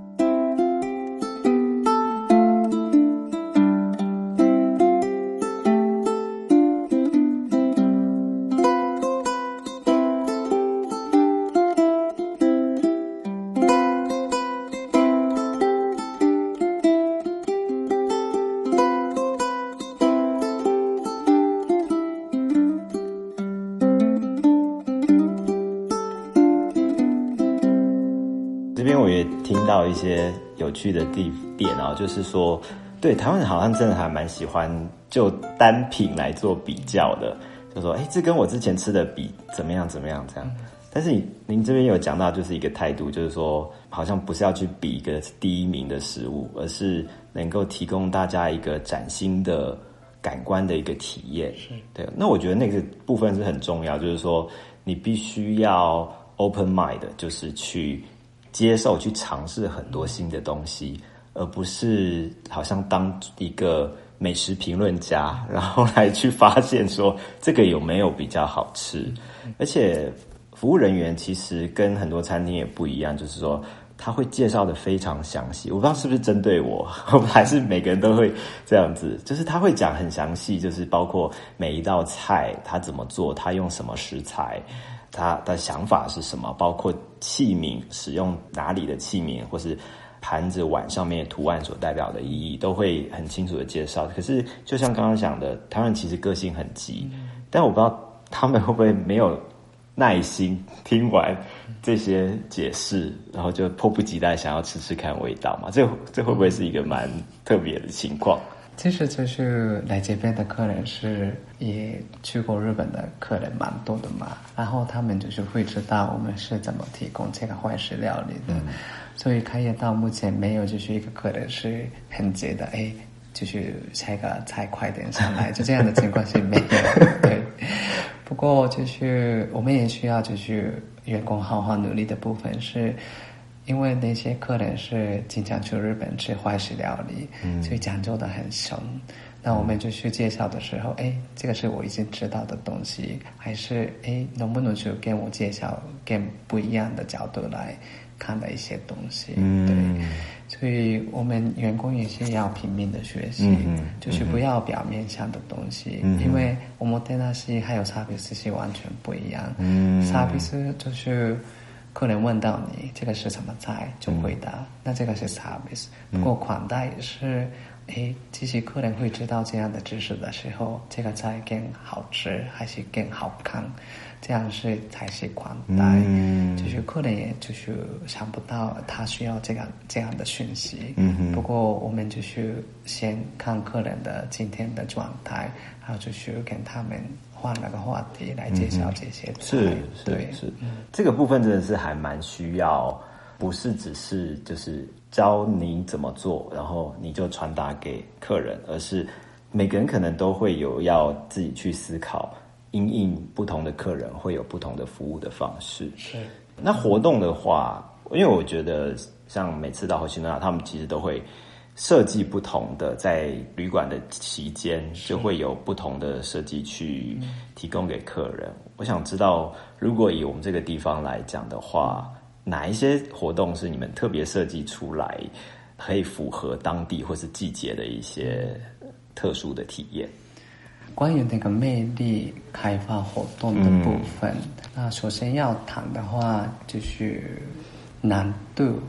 这边我也听到一些有趣的地点啊，就是说，对台湾人好像真的还蛮喜欢就单品来做比较的，就说，哎，这跟我之前吃的比怎么样怎么样这样。但是您这边有讲到，就是一个态度，就是说，好像不是要去比一个第一名的食物，而是能够提供大家一个崭新的感官的一个体验。是，对。那我觉得那个部分是很重要，就是说，你必须要 open mind， 就是去接受去尝试很多新的东西，而不是好像当一个美食评论家，然后来去发现说这个有没有比较好吃。而且服务人员其实跟很多餐厅也不一样，就是说他会介绍的非常详细。我不知道是不是针对我，还是每个人都会这样子，就是他会讲很详细，就是包括每一道菜他怎么做，他用什么食材，他的想法是什么，包括器皿使用哪里的器皿，或是盘子碗上面的图案所代表的意义，都会很清楚的介绍。可是就像刚刚讲的，台湾人其实个性很急，但我不知道他们会不会没有耐心听完这些解释，然后就迫不及待想要吃吃看味道嘛？这这会不会是一个蛮特别的情况？ 其实就是来这边的客人是也去过日本的客人蛮多的嘛，然后他们就是会知道我们是怎么提供这个怀石料理的，嗯、所以开业到目前没有就是一个客人是很急的，哎，就是下一个菜快点上来，就这样的情况是没有。对，不过就是我们也需要就是员工好好努力的部分是。因为那些客人是经常去日本吃怀石料理，嗯、所以讲究的很深。那我们就去介绍的时候，哎，这个是我已经知道的东西，还是哎，能不能去跟我介绍，跟不一样的角度来看的一些东西？嗯、对，所以我们员工也是要拼命的学习，嗯、就是不要表面上的东西，嗯、因为我们对那些还有差别是完全不一样。嗯、差别是就是。客人问到你这个是什么菜，就回答，嗯、那这个是 service。不过款待也是，诶，其实客人会知道这样的知识的时候，这个菜更好吃还是更好看，这样是才是款待。嗯、就是客人也就是想不到他需要这个这样的讯息。嗯、不过我们就是先看客人的今天的状态，然后就是跟他们。换了个话题来介绍这些菜， 是是是，这个部分真的是还蛮需要，不是只是就是教你怎么做，然后你就传达给客人，而是每个人可能都会有要自己去思考，因应不同的客人会有不同的服务的方式。是，那活动的话，因为我觉得像每次到回西诺亚，他们其实都会。设计不同的，在旅馆的期间就会有不同的设计去提供给客人。我想知道，如果以我们这个地方来讲的话，哪一些活动是你们特别设计出来，可以符合当地或是季节的一些特殊的体验？ 关于那个魅力开发活动的部分，嗯、那首先要谈的话就是难度。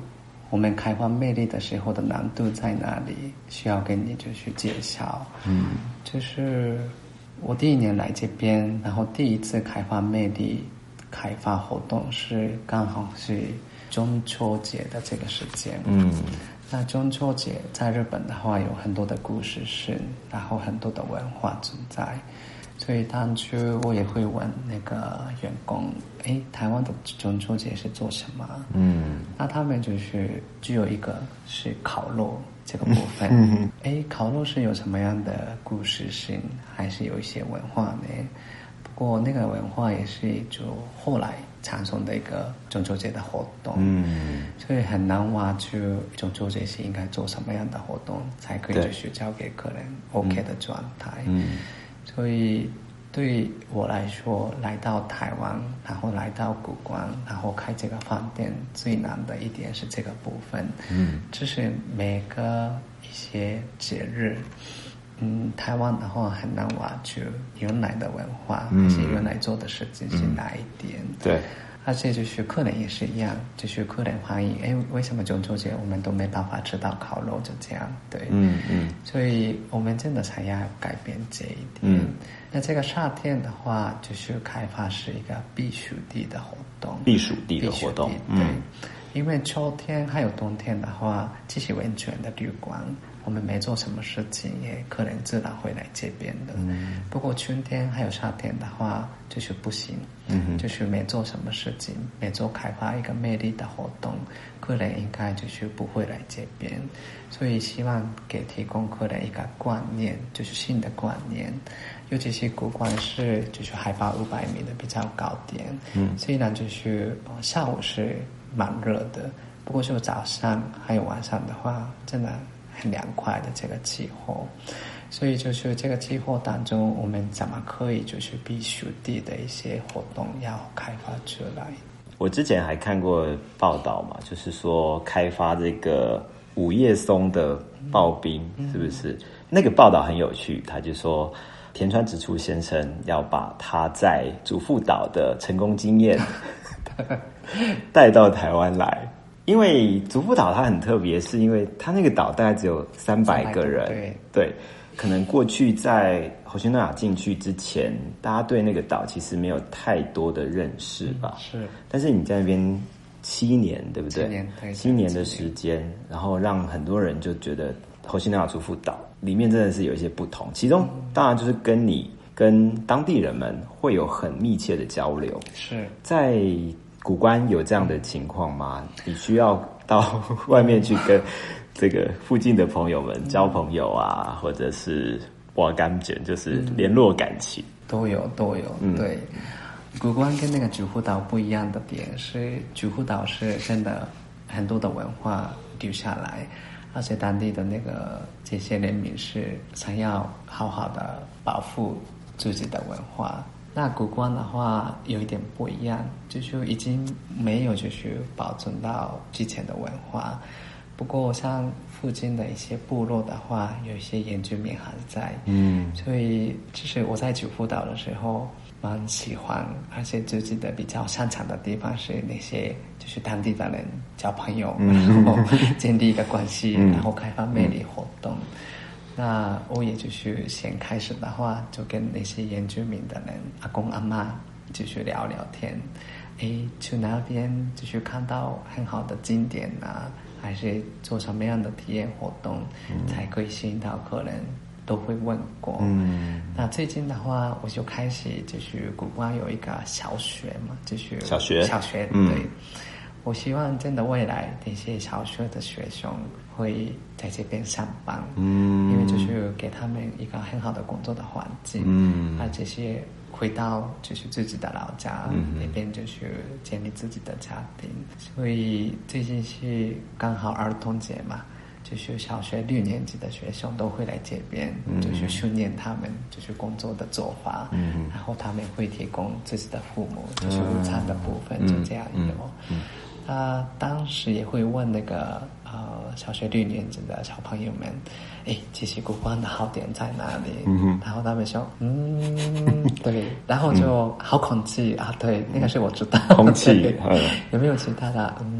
我们开发魅力的时候的难度在哪里，需要跟你就去介绍。嗯，就是我第一年来这边，然后第一次开发魅力开发活动是刚好是中秋节的这个时间。嗯，那中秋节在日本的话有很多的故事性，然后很多的文化存在，所以当初我也会问那个员工，哎，台湾的中秋节是做什么？嗯，那他们就是只有一个是烤肉这个部分。嗯，哎，烤肉是有什么样的故事性，还是有一些文化呢？不过那个文化也是就后来产生的一个中秋节的活动。嗯，所以很难挖出中秋节是应该做什么样的活动，才可以就是交给客人 OK 的状态。嗯，所以对我来说，来到台湾，然后来到谷关，然后开这个饭店，最难的一点是这个部分。嗯，就是每个一些节日，嗯，台湾的话很难挖出原来的文化，而且原来做的事情是哪一点。嗯，对。而且就是客人也是一样，就是客人怀疑，哎，为什么中秋节我们都没办法吃到烤肉？就这样，对，嗯嗯。所以我们真的才要改变这一点。嗯，那这个夏天的话，就是开发是一个避暑地的活动， 避暑地的活动， 对。嗯，因为秋天还有冬天的话，这些温泉的旅馆，我们没做什么事情，也客人自然会来这边的。嗯，不过春天还有夏天的话，就是不行。嗯，就是没做什么事情，没做开发一个魅力的活动，客人应该就是不会来这边。所以希望给提供客人一个观念，就是新的观念。尤其是谷关是就是海拔五百米的比较高点。嗯，虽然就是下午是蛮热的，不过就早上还有晚上的话，真的很凉快的这个气候。所以就是这个气候当中，我们怎么可以就是避暑地的一些活动要开发出来。 我之前还看过报道嘛，就是说开发这个五叶松的刨冰，嗯，是不是？那个报道很有趣，他就说田川直树先生要把他在祖父岛的成功经验带到台湾来。因为祖父岛它很特别，是因为它那个岛大概只有三百个人，对对，可能过去在侯西诺亚进去之前，大家对那个岛其实没有太多的认识吧？嗯，是。但是你在那边七年，对不对？七年，对，七年的时间，然后让很多人就觉得侯西诺亚祖父岛里面真的是有一些不同，其中当然就是跟你跟当地人们会有很密切的交流。是在谷关有这样的情况吗？你需要到外面去跟这个附近的朋友们交朋友啊，或者是挖感觉，就是联络感情， 嗯，都有都有。嗯，对，谷关跟那个祖父岛不一样的点是，祖父岛是真的很多的文化留下来，而且当地的那个这些人民是想要好好的保护自己的文化。那谷关的话有一点不一样，就是已经没有就是保存到之前的文化。不过像附近的一些部落的话，有一些原住民还在。嗯，所以就是我在祖父岛的时候蛮喜欢，而且自己的比较擅长的地方是那些就是当地的人交朋友，嗯，然后建立一个关系，嗯，然后开发魅力活动。那我也就是先开始的话，就跟那些原住民的人阿公阿嬷就是聊聊天，诶，去那边就是看到很好的景点啊，还是做什么样的体验活动，嗯，才可以吸引到客人，都会问过。嗯，那最近的话，我就开始就是谷关有一个小学嘛，就是小学小学，嗯，对。我希望真的未来那些小学的学生会在这边上班，嗯，因为就是给他们一个很好的工作的环境，嗯，而这些回到就是自己的老家，嗯，那边就是建立自己的家庭。所以最近是刚好儿童节嘛，就是小学六年级的学生都会来这边，嗯，就是训练他们就是工作的做法，嗯，然后他们会提供自己的父母就是午餐的部分，嗯，就这样有。嗯嗯他当时也会问那个呃小学六年级的小朋友们，哎，其实谷关的好点在哪里？嗯，然后他们说，嗯，对，然后就好空气啊，对，那个是我知道。 空气， 有没有其他的？嗯，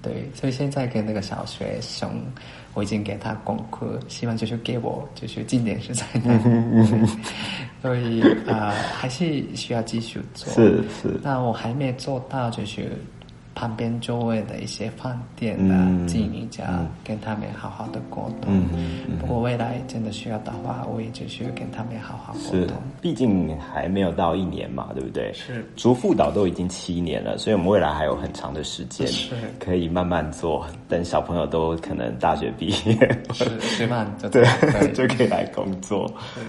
对，所以现在跟那个小学生，我已经给他功课，希望就是给我就是经典是在哪里，所以啊、呃、还是需要继续做。 是是。 那我还没做到就是旁边周围的一些饭店的经营者、嗯、跟他们好好的沟通、嗯嗯、不过未来真的需要的话，我也就是跟他们好好沟通。 毕竟还没有到一年嘛，对不对？ 是。 竹阜岛都已经七年了，所以我们未来还有很长的时间可以慢慢做，等小朋友都可能大学毕业是是慢就对就可以来工作。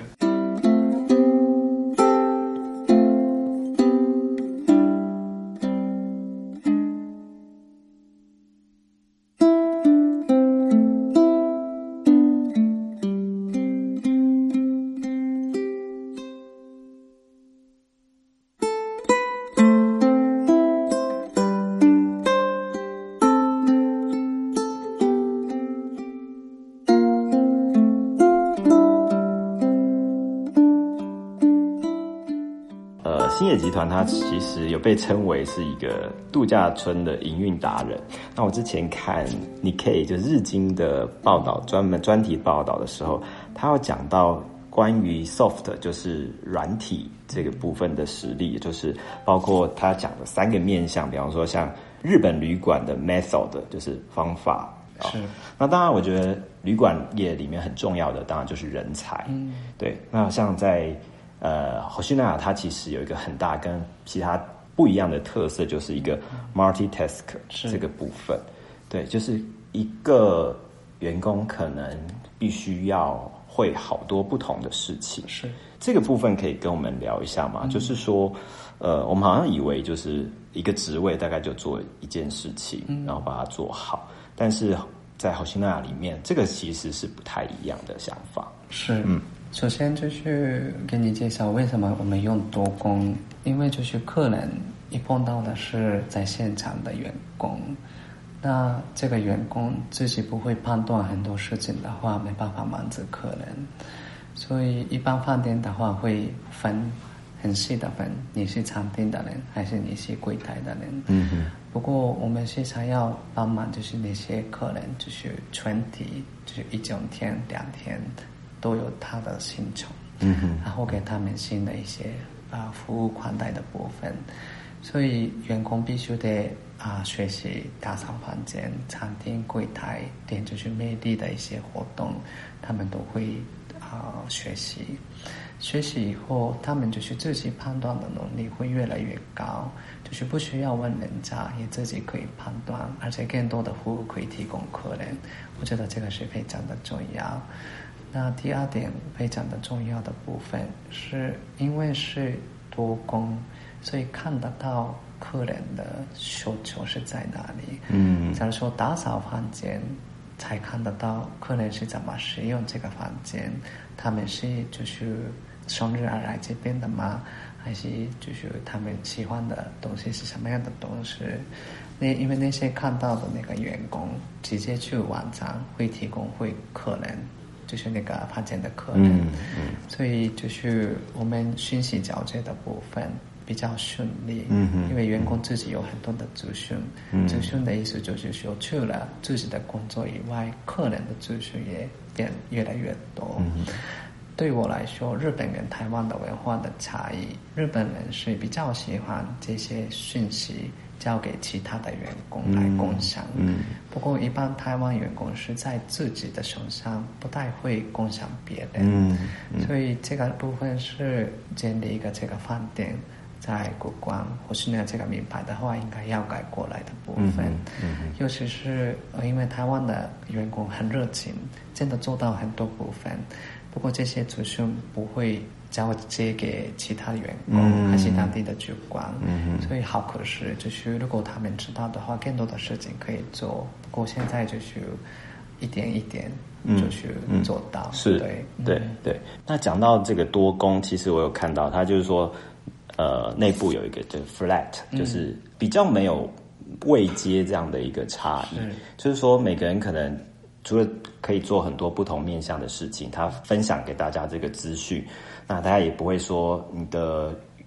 星野集团它其实有被称为是一个度假村的营运达人。那我之前看 Nikkei 就日经的报道，专门专题报道的时候，他有讲到关于 soft 就是软体这个部分的实力，就是包括他讲的三个面向，比方说像日本旅馆的 method 就是方法。是。那当然我觉得旅馆业里面很重要的当然就是人才。嗯。对。那像在呃，星野它其实有一个很大跟其他不一样的特色，就是一个 multitask 这个部分。对，就是一个员工可能必须要会好多不同的事情。是这个部分可以跟我们聊一下吗？嗯、就是说，呃，我们好像以为就是一个职位大概就做一件事情，嗯、然后把它做好，但是在星野里面，这个其实是不太一样的想法。 是，嗯。首先就是给你介绍为什么我们用多工，因为就是客人一碰到的是在现场的员工，那这个员工自己不会判断很多事情的话，没办法满足客人，所以一般饭店的话会分很细的分，你是餐厅的人还是你是柜台的人。嗯哼。不过我们是想要帮忙，就是那些客人就是全体就是一整天两天都有他的薪酬，嗯哼，然后给他们新的一些啊、呃、服务款待的部分，所以员工必须得啊、呃、学习打扫房间、餐厅、柜台，连就是魅力的一些活动，他们都会啊、呃、学习。学习以后，他们就是自己判断的能力会越来越高，就是不需要问人家，也自己可以判断，而且更多的服务可以提供客人。我觉得这个是非常的重要。那第二点非常的重要的部分，是因为是多工，所以看得到客人的需求是在哪里。嗯，假如说打扫房间，才看得到客人是怎么使用这个房间，他们是就是生日而来这边的吗？还是就是他们喜欢的东西是什么样的东西？那因为那些看到的那个员工直接去网站会提供会客人。就是那个房间的客人，嗯嗯、所以就是我们讯息交接的部分比较顺利，嗯、因为员工自己有很多的资讯，嗯、资讯的意思就是说，除了自己的工作以外，客人的资讯也变越来越多。嗯、对我来说，日本跟台湾的文化的差异，日本人是比较喜欢这些讯息交给其他的员工来共享，嗯嗯、不过一般台湾员工是在自己的手上，不太会共享别人，嗯嗯、所以这个部分是建立一个这个饭店在国光或是那这个名牌的话，应该要改过来的部分，嗯嗯、尤其是因为台湾的员工很热情，真的做到很多部分，不过这些资讯不会交接给其他员工，嗯、还是当地的主管，嗯、所以好可惜，就是如果他们知道的话，更多的事情可以做。不过现在就是一点一点就是做到， 嗯嗯、是， 对， 对对。那讲到这个多工，其实我有看到，他就是说，呃，内部有一个就是 flat，嗯、就是比较没有位阶这样的一个差异，是就是说每个人可能除了可以做很多不同面向的事情，他分享给大家这个资讯。那大家也不会说你的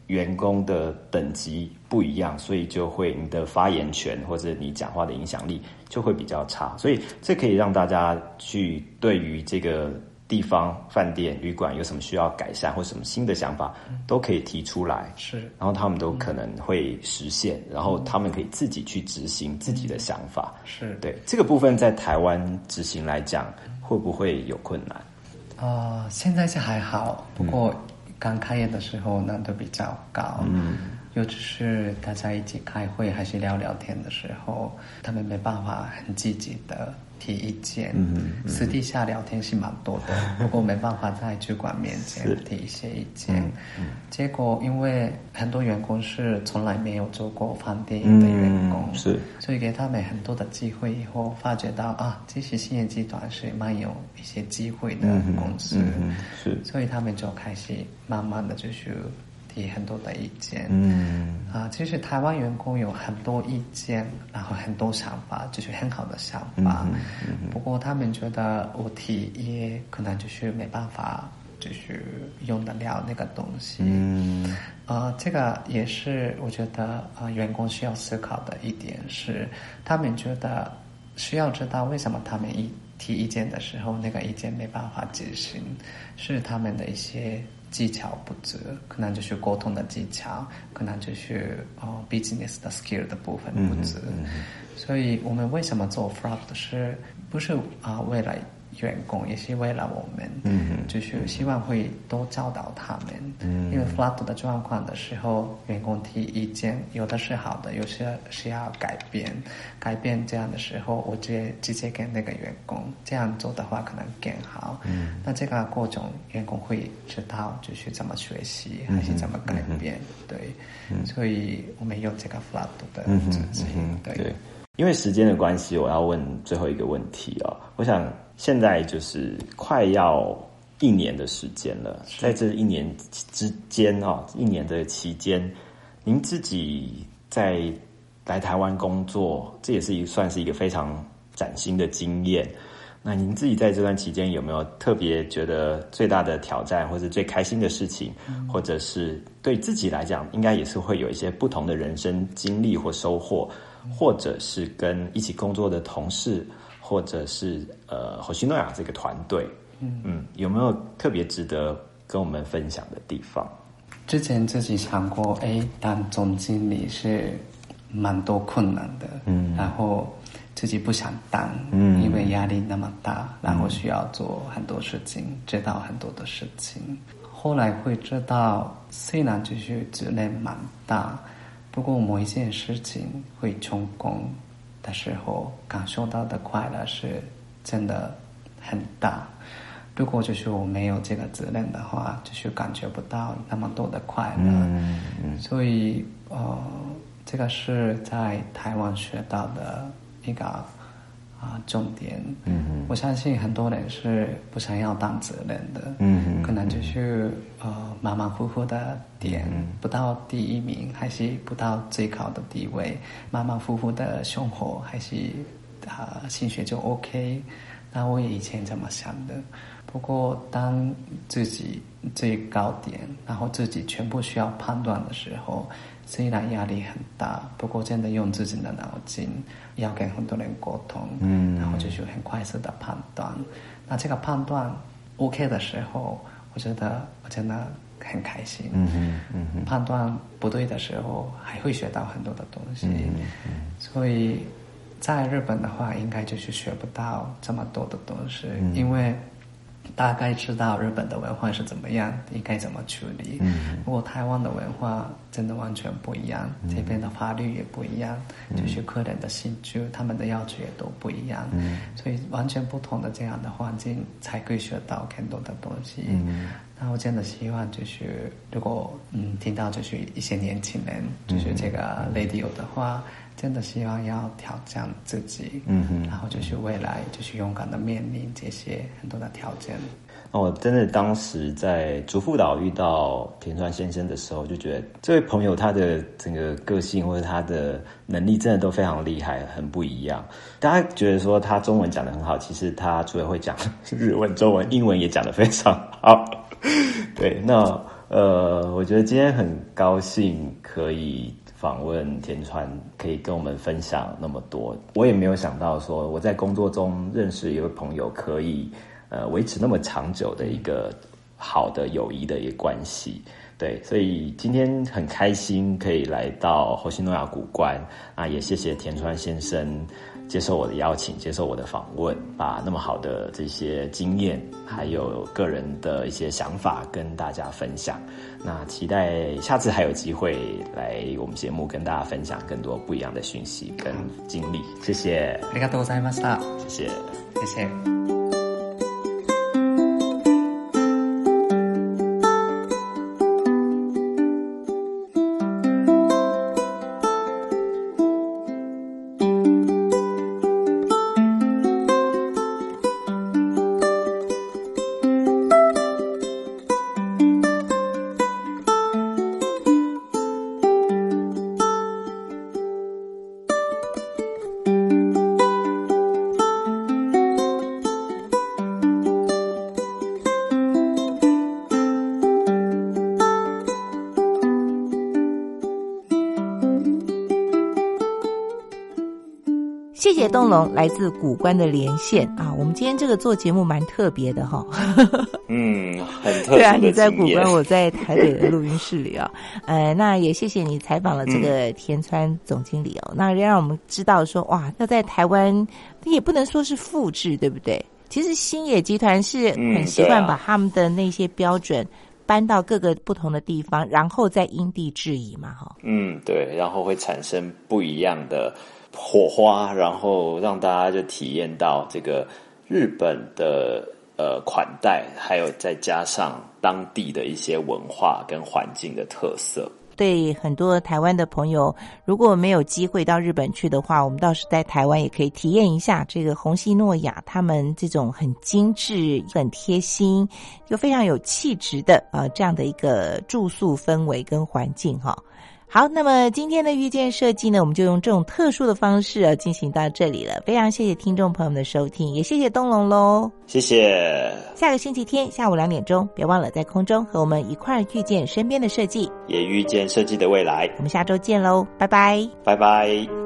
员工的等级不一样，所以就会你的发言权或者你讲话的影响力就会比较差，所以这可以让大家去对于这个地方饭店旅馆有什么需要改善或什么新的想法都可以提出来， 是， 然后他们都可能会实现，然后他们可以自己去执行自己的想法， 是， 对这个部分在台湾执行来讲会不会有困难？ 呃，现在是还好，不过刚开业的时候难度比较高，嗯，尤其是大家一起开会还是聊聊天的时候，他们没办法很积极的提意见，嗯嗯，私底下聊天是蛮多的，不过没办法在主管面前提一些意见，嗯嗯，结果因为很多员工是从来没有做过饭店的员工，嗯，是，所以给他们很多的机会以后，发觉到啊，其实兴业集团是蛮有一些机会的公司，嗯嗯，是，所以他们就开始慢慢的就是提很多的意见，嗯啊，其实台湾员工有很多意见，然后很多想法，就是很好的想法，嗯嗯，不过他们觉得我提也可能就是没办法，就是用得了那个东西，嗯，呃，这个也是我觉得呃员工需要思考的一点是，他们觉得需要知道为什么他们一提意见的时候，那个意见没办法执行，是他们的一些技巧不足，可能就是沟通的技巧，可能就是哦 business 的 skill 的部分不足，嗯嗯，所以我们为什么做 F L A T 是不是啊，呃、为了员工，也是为了我们，嗯，就是希望会多教导他们，嗯，因为 F L A T 的状况的时候，员工提意见，有的是好的，有些是要改变，改变这样的时候，我直接直接给那个员工这样做的话，可能更好，嗯，那这个过程员工会知道就是怎么学习，还是怎么改变，嗯，对，嗯，所以我们用这个 F L A T 的执行，嗯嗯，对。 对，因为时间的关系，我要问最后一个问题哦。我想现在就是快要一年的时间了，在这一年之间哦，一年的期间，您自己在来台湾工作，这也是一算是一个非常崭新的经验。那您自己在这段期间有没有特别觉得最大的挑战，或是最开心的事情，嗯，或者是对自己来讲，应该也是会有一些不同的人生经历或收获，或者是跟一起工作的同事，或者是呃火星诺亚这个团队，嗯嗯，有没有特别值得跟我们分享的地方？ 之前自己想过，哎，当总经理是蛮多困难的，嗯，然后自己不想当，嗯，因为压力那么大，然后需要做很多事情，知道很多的事情。后来会知道，虽然就是责任蛮大，不过某一件事情会成功的时候，感受到的快乐是真的很大。如果就是我没有这个责任的话，就是感觉不到那么多的快乐。嗯嗯，所以呃，这个是在台湾学到的一个啊、呃、重点。嗯嗯，我相信很多人是不想要当责任的。嗯嗯，可能就是呃马马虎虎的点，不到第一名，还是不到最高的地位，马马虎虎的生活，还是啊、呃、薪水就 OK。那我也以前这么想的。不过当自己最高点，然后自己全部需要判断的时候，虽然压力很大，不过真的用自己的脑筋，要跟很多人沟通，嗯，然后就是很快速的判断。那这个判断 OK 的时候，我觉得我真的很开心。嗯哼，嗯哼，判断不对的时候，还会学到很多的东西。嗯嗯，所以在日本的话，应该就是学不到这么多的东西，嗯，因为大概知道日本的文化是怎么样，应该怎么处理。嗯，不过台湾的文化真的完全不一样，嗯，这边的法律也不一样，嗯，就是客人的兴趣，他们的要求也都不一样。嗯，所以完全不同的这样的环境，才可以学到更多的东西。嗯，那我真的希望就是如果嗯听到就是一些年轻人就是这个 radio 的话，真的希望要挑战自己，嗯哼，然后就是未来就是勇敢的面临这些很多的条件。 我真的当时在竹富岛遇到田川先生的时候，就觉得这位朋友他的整个个性或者他的能力真的都非常厉害，很不一样。大家觉得说他中文讲得很好，其实他除了会讲日文、中文、英文也讲得非常好。对，那呃，我觉得今天很高兴可以访问田川，可以跟我们分享那么多。我也没有想到说我在工作中认识一位朋友，可以呃维持那么长久的一个好的友谊的一个关系。对，所以今天很开心可以来到虹夕诺亚谷关啊，也谢谢田川先生接受我的邀请，接受我的访问，把那么好的这些经验还有个人的一些想法跟大家分享。那期待下次还有机会来我们节目跟大家分享更多不一样的讯息跟经历。谢谢。 ありがとうございました。 谢谢。 谢谢。 谢谢东龙来自谷关的连线啊！我们今天这个做节目蛮特别的哈、哦， 嗯，很特殊的经验。 对啊，你在谷关，我在台北的录音室里啊、哦。呃，那也谢谢你采访了这个田川总经理哦，嗯、那让我们知道说哇，要在台湾也不能说是复制，对不对？其实星野集团是很习惯把他们的那些标准搬到各个不同的地方，然后再因地制宜嘛，哈。 嗯，对，然后会产生不一样的火花，然后让大家就体验到这个日本的呃款待，还有再加上当地的一些文化跟环境的特色。 对很多台湾的朋友，如果没有机会到日本去的话，我们倒是在台湾也可以体验一下这个虹夕诺亚他们这种很精致、很贴心又非常有气质的呃这样的一个住宿氛围跟环境哈。好，那么今天的遇见设计呢，我们就用这种特殊的方式啊进行到这里了。非常谢谢听众朋友们的收听，也谢谢东龙喽， 谢谢。 下个星期天下午两点钟，别忘了在空中和我们一块儿遇见身边的设计， 也遇见设计的未来。 我们下周见喽，拜拜， 拜拜。